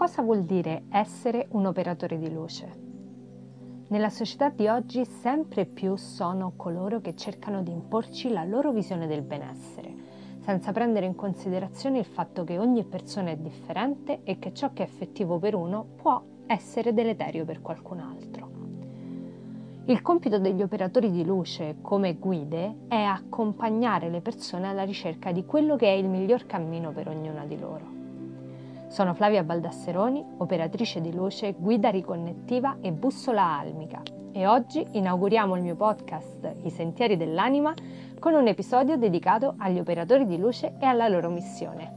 Cosa vuol dire essere un operatore di luce? Nella società di oggi sempre più sono coloro che cercano di imporci la loro visione del benessere, senza prendere in considerazione il fatto che ogni persona è differente e che ciò che è effettivo per uno può essere deleterio per qualcun altro. Il compito degli operatori di luce come guide è accompagnare le persone alla ricerca di quello che è il miglior cammino per ognuna di loro. Sono Flavia Baldasseroni, operatrice di luce, guida riconnettiva e bussola almica, e oggi inauguriamo il mio podcast I Sentieri dell'Anima con un episodio dedicato agli operatori di luce e alla loro missione.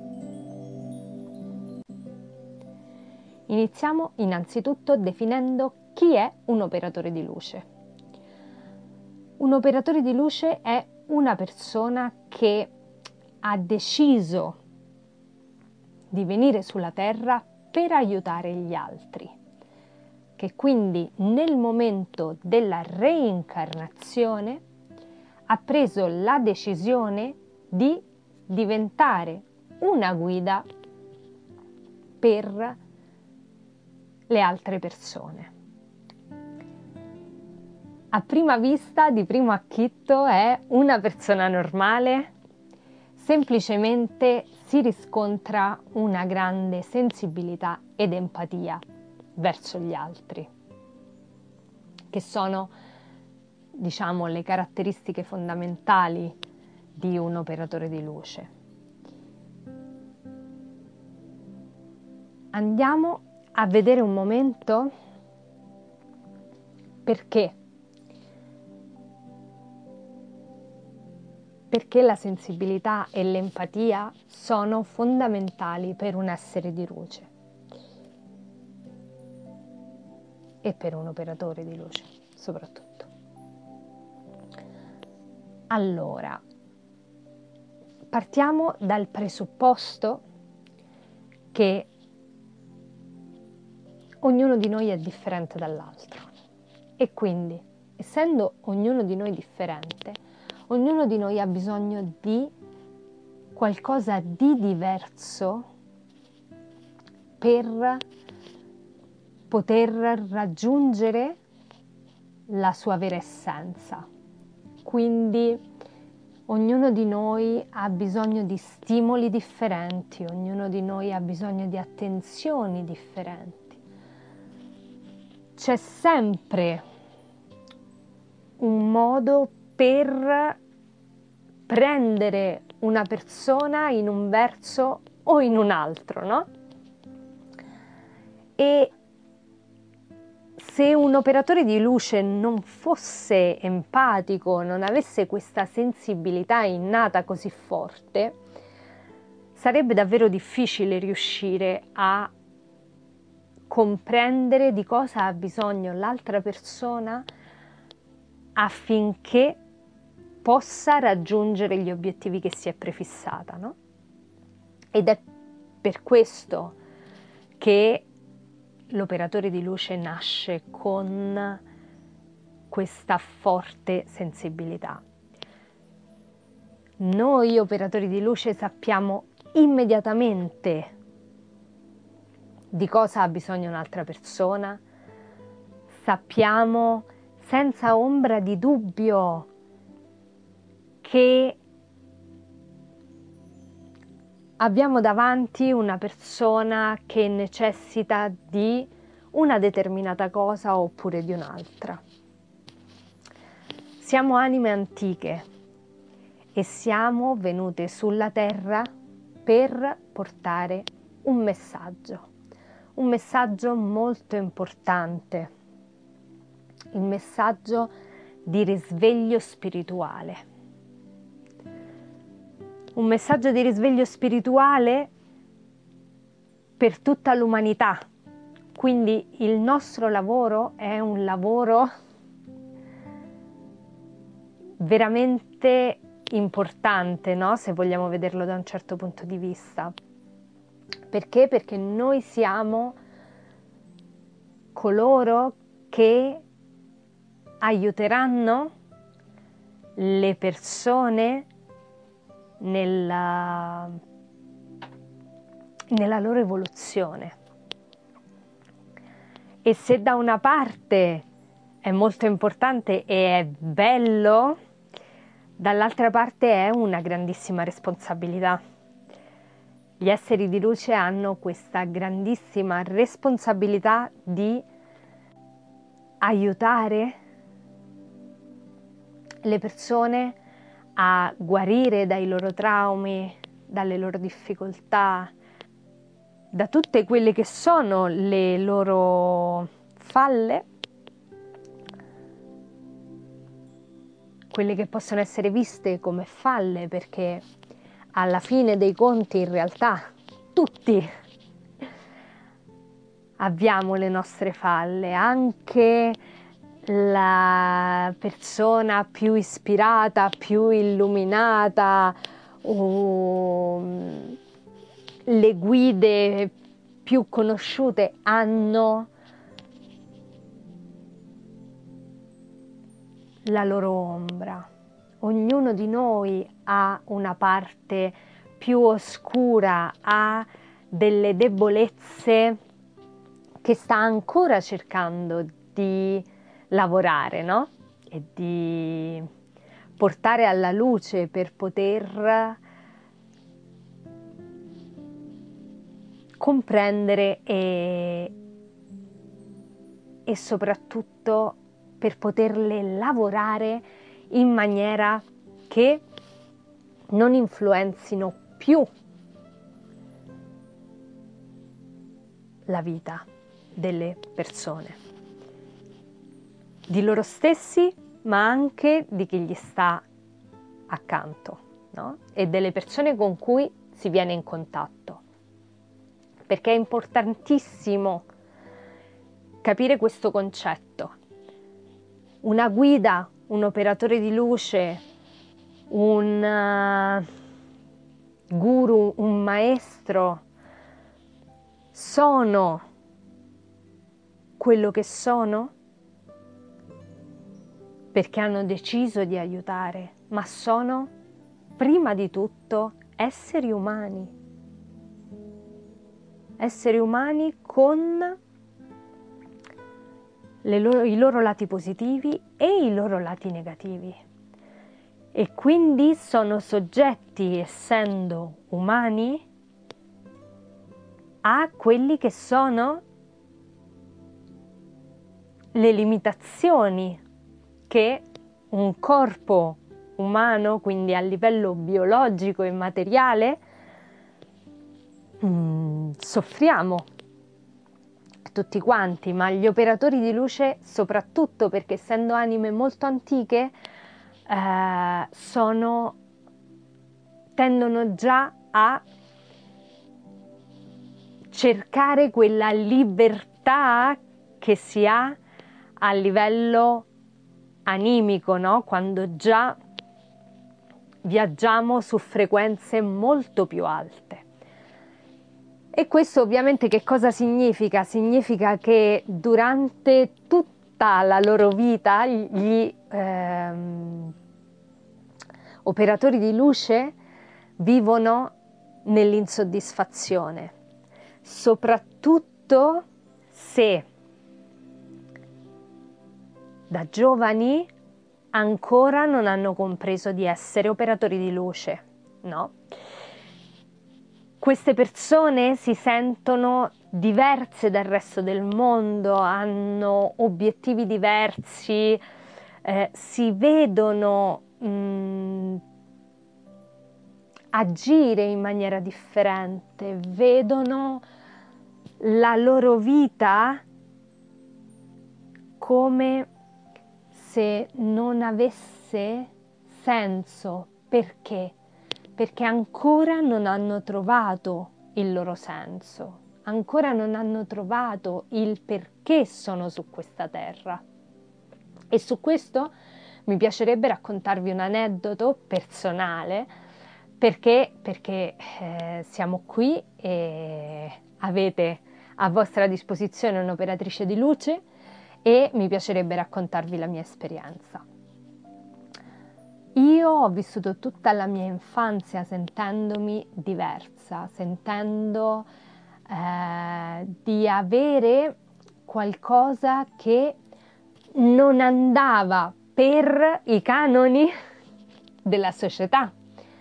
Iniziamo innanzitutto definendo chi è un operatore di luce. Un operatore di luce è una persona che ha deciso di venire sulla Terra per aiutare gli altri, che quindi nel momento della reincarnazione ha preso la decisione di diventare una guida per le altre persone. A prima vista, di primo acchitto, è una persona normale. Semplicemente si riscontra una grande sensibilità ed empatia verso gli altri, che sono, le caratteristiche fondamentali di un operatore di luce. Andiamo a vedere un momento perché la sensibilità e l'empatia sono fondamentali per un essere di luce e per un operatore di luce soprattutto. Allora, partiamo dal presupposto che ognuno di noi è differente dall'altro e quindi, essendo ognuno di noi differente, ognuno di noi ha bisogno di qualcosa di diverso per poter raggiungere la sua vera essenza. Quindi ognuno di noi ha bisogno di stimoli differenti, ognuno di noi ha bisogno di attenzioni differenti. C'è sempre un modo per prendere una persona in un verso o in un altro, no? E se un operatore di luce non fosse empatico, non avesse questa sensibilità innata così forte, sarebbe davvero difficile riuscire a comprendere di cosa ha bisogno l'altra persona affinché possa raggiungere gli obiettivi che si è prefissata, no? Ed è per questo che l'operatore di luce nasce con questa forte sensibilità. Noi operatori di luce sappiamo immediatamente di cosa ha bisogno un'altra persona, sappiamo senza ombra di dubbio che abbiamo davanti una persona che necessita di una determinata cosa oppure di un'altra. Siamo anime antiche e siamo venute sulla terra per portare un messaggio molto importante, il messaggio di risveglio spirituale. Un messaggio di risveglio spirituale per tutta l'umanità. Quindi il nostro lavoro è un lavoro veramente importante, no? Se vogliamo vederlo da un certo punto di vista. Perché? Perché noi siamo coloro che aiuteranno le persone nella loro evoluzione. E se da una parte è molto importante e è bello, dall'altra parte è una grandissima responsabilità. Gli esseri di luce hanno questa grandissima responsabilità di aiutare le persone a guarire dai loro traumi, dalle loro difficoltà, da tutte quelle che sono le loro falle, quelle che possono essere viste come falle, perché alla fine dei conti in realtà tutti abbiamo le nostre falle, anche la persona più ispirata, più illuminata, le guide più conosciute hanno la loro ombra. Ognuno di noi ha una parte più oscura, ha delle debolezze che sta ancora cercando di lavorare, no? E di portare alla luce per poter comprendere e soprattutto per poterle lavorare in maniera che non influenzino più la vita delle persone, di loro stessi, ma anche di chi gli sta accanto, no? E delle persone con cui si viene in contatto. Perché è importantissimo capire questo concetto. Una guida, un operatore di luce, un guru, un maestro, sono quello che sono perché hanno deciso di aiutare, ma sono prima di tutto esseri umani con i loro lati positivi e i loro lati negativi, e quindi sono soggetti, essendo umani, a quelli che sono le limitazioni che un corpo umano, quindi a livello biologico e materiale, soffriamo tutti quanti, ma gli operatori di luce soprattutto, perché essendo anime molto antiche tendono già a cercare quella libertà che si ha a livello animico, no? Quando già viaggiamo su frequenze molto più alte. E questo ovviamente che cosa significa? Significa che durante tutta la loro vita gli operatori di luce vivono nell'insoddisfazione, soprattutto se da giovani ancora non hanno compreso di essere operatori di luce, no? Queste persone si sentono diverse dal resto del mondo, hanno obiettivi diversi, si vedono agire in maniera differente, vedono la loro vita come se non avesse senso. Perché? Perché ancora non hanno trovato il loro senso, ancora non hanno trovato il perché sono su questa terra. E su questo mi piacerebbe raccontarvi un aneddoto personale, perché siamo qui e avete a vostra disposizione un'operatrice di luce e mi piacerebbe raccontarvi la mia esperienza. Io ho vissuto tutta la mia infanzia sentendomi diversa, sentendo di avere qualcosa che non andava per i canoni della società.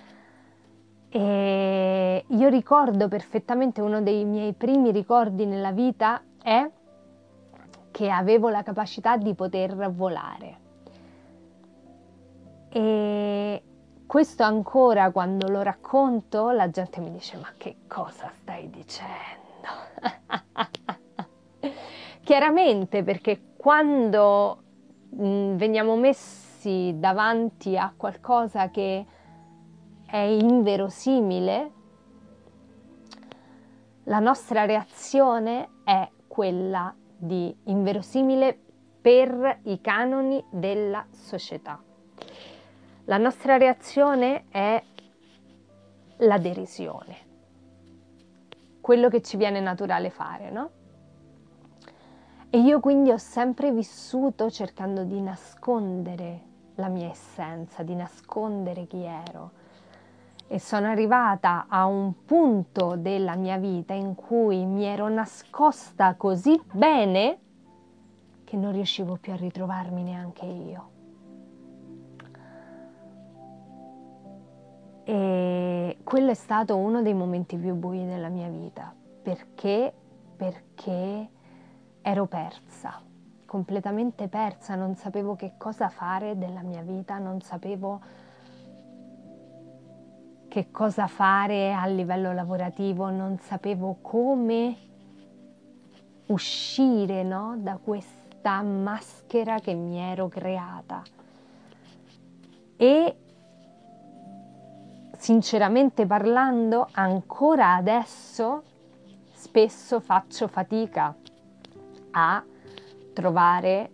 E io ricordo perfettamente, uno dei miei primi ricordi nella vita è che avevo la capacità di poter volare. E questo ancora quando lo racconto la gente mi dice: ma che cosa stai dicendo? Chiaramente, perché quando veniamo messi davanti a qualcosa che è inverosimile, la nostra reazione è quella di inverosimile per i canoni della società. La nostra reazione è la derisione, quello che ci viene naturale fare, no? E io quindi ho sempre vissuto cercando di nascondere la mia essenza, di nascondere chi ero. E sono arrivata a un punto della mia vita in cui mi ero nascosta così bene che non riuscivo più a ritrovarmi neanche io. E quello è stato uno dei momenti più bui della mia vita, perché ero persa, completamente persa, non sapevo che cosa fare della mia vita, non sapevo che cosa fare a livello lavorativo, non sapevo come uscire, no, da questa maschera che mi ero creata. E sinceramente parlando, ancora adesso spesso faccio fatica a trovare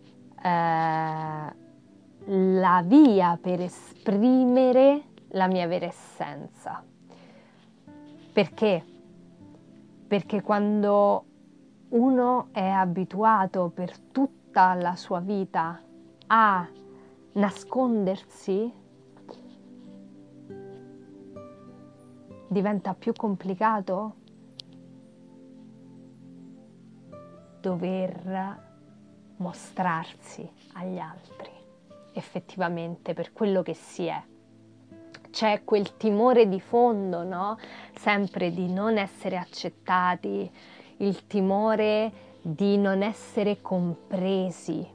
la via per esprimere la mia vera essenza. Perché? Perché quando uno è abituato per tutta la sua vita a nascondersi, diventa più complicato dover mostrarsi agli altri effettivamente per quello che si è. C'è quel timore di fondo, no? Sempre di non essere accettati, il timore di non essere compresi.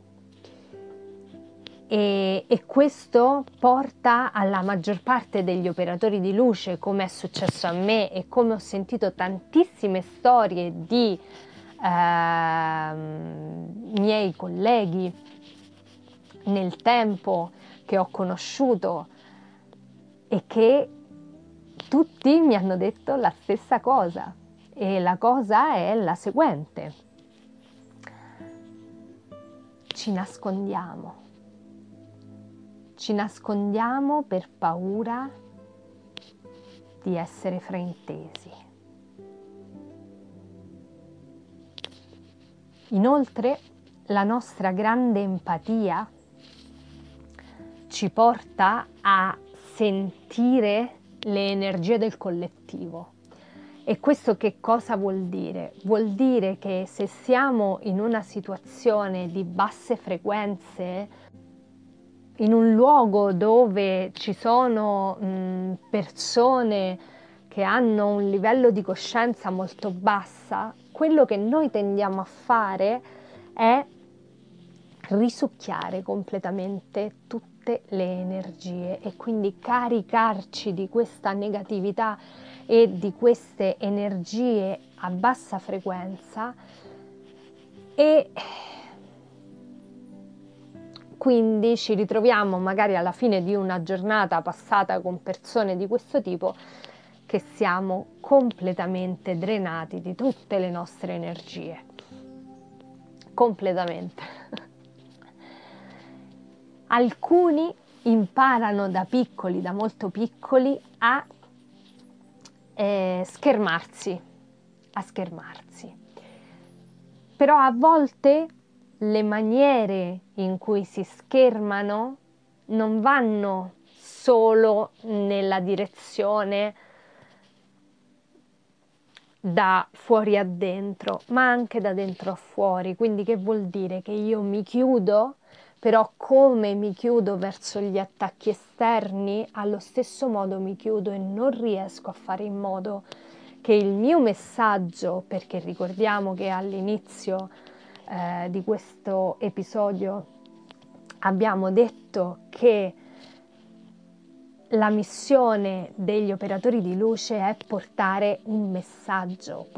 E questo porta alla maggior parte degli operatori di luce, come è successo a me e come ho sentito tantissime storie di miei colleghi nel tempo che ho conosciuto e che tutti mi hanno detto la stessa cosa, e la cosa è la seguente: ci nascondiamo per paura di essere fraintesi. Inoltre, la nostra grande empatia ci porta a sentire le energie del collettivo. E questo che cosa vuol dire? Vuol dire che se siamo in una situazione di basse frequenze, in un luogo dove ci sono persone che hanno un livello di coscienza molto bassa, quello che noi tendiamo a fare è risucchiare completamente tutte le energie e quindi caricarci di questa negatività e di queste energie a bassa frequenza, e quindi ci ritroviamo magari alla fine di una giornata passata con persone di questo tipo che siamo completamente drenati di tutte le nostre energie, completamente. Alcuni imparano da piccoli, da molto piccoli, a schermarsi, Però a volte le maniere in cui si schermano non vanno solo nella direzione da fuori a dentro, ma anche da dentro a fuori. Quindi che vuol dire? Che io mi chiudo, però come mi chiudo verso gli attacchi esterni, allo stesso modo mi chiudo e non riesco a fare in modo che il mio messaggio, perché ricordiamo che all'inizio di questo episodio abbiamo detto che la missione degli operatori di luce è portare un messaggio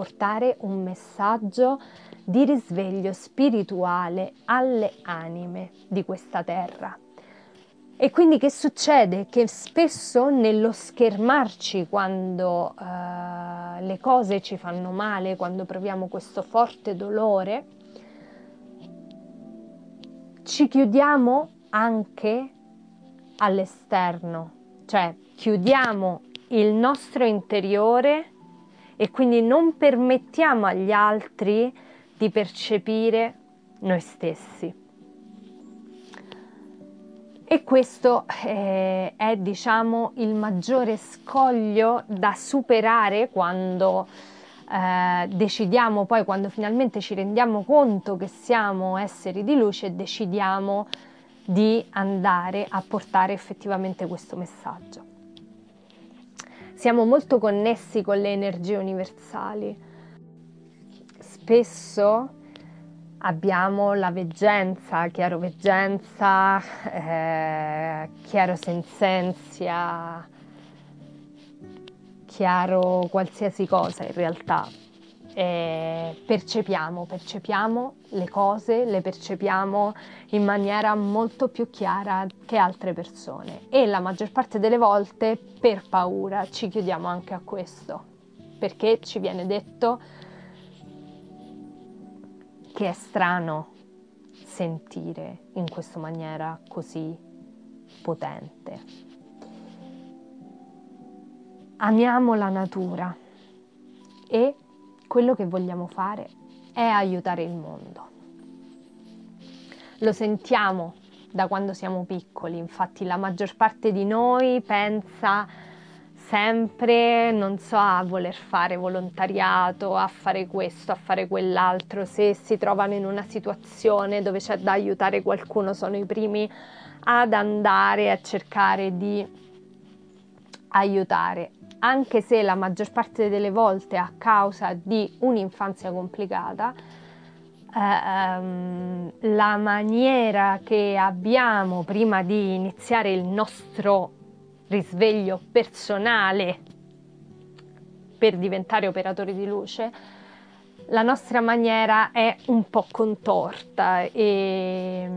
di risveglio spirituale alle anime di questa terra. E quindi che succede? Che spesso nello schermarci quando le cose ci fanno male, quando proviamo questo forte dolore, ci chiudiamo anche all'esterno, cioè chiudiamo il nostro interiore e quindi non permettiamo agli altri di percepire noi stessi. E questo è, diciamo, il maggiore scoglio da superare quando decidiamo, poi quando finalmente ci rendiamo conto che siamo esseri di luce e decidiamo di andare a portare effettivamente questo messaggio. Siamo molto connessi con le energie universali. Spesso abbiamo la veggenza, chiaroveggenza, chiarosensenzia, chiaro qualsiasi cosa in realtà. Percepiamo le cose, le percepiamo in maniera molto più chiara che altre persone e la maggior parte delle volte per paura ci chiudiamo anche a questo, perché ci viene detto che è strano sentire in questa maniera così potente. Amiamo la natura e quello che vogliamo fare è aiutare il mondo. Lo sentiamo da quando siamo piccoli, infatti la maggior parte di noi pensa sempre, non so, a voler fare volontariato, a fare questo, a fare quell'altro. Se si trovano in una situazione dove c'è da aiutare qualcuno, sono i primi ad andare a cercare di aiutare, anche se la maggior parte delle volte a causa di un'infanzia complicata, la maniera che abbiamo prima di iniziare il nostro risveglio personale per diventare operatori di luce, la nostra maniera è un po' contorta e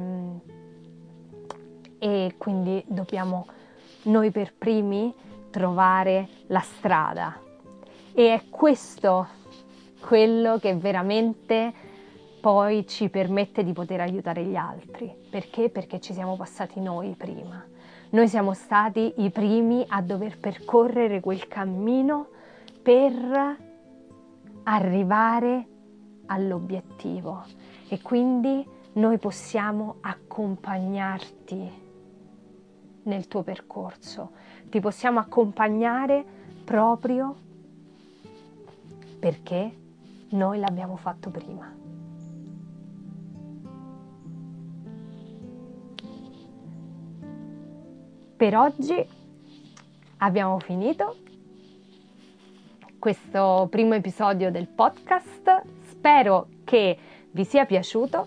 quindi dobbiamo noi per primi trovare la strada. E è questo quello che veramente poi ci permette di poter aiutare gli altri. Perché? Perché ci siamo passati noi prima. Noi siamo stati i primi a dover percorrere quel cammino per arrivare all'obiettivo e quindi noi possiamo accompagnarti nel tuo percorso, ti possiamo accompagnare proprio perché noi l'abbiamo fatto prima. Per oggi abbiamo finito questo primo episodio del podcast, spero che vi sia piaciuto,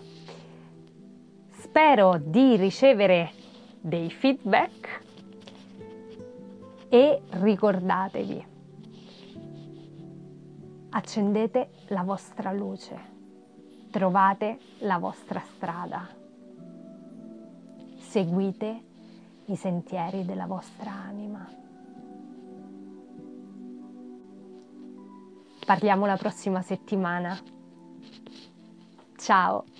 spero di ricevere dei feedback e ricordatevi, accendete la vostra luce, trovate la vostra strada, seguite i sentieri della vostra anima. Parliamo la prossima settimana. Ciao!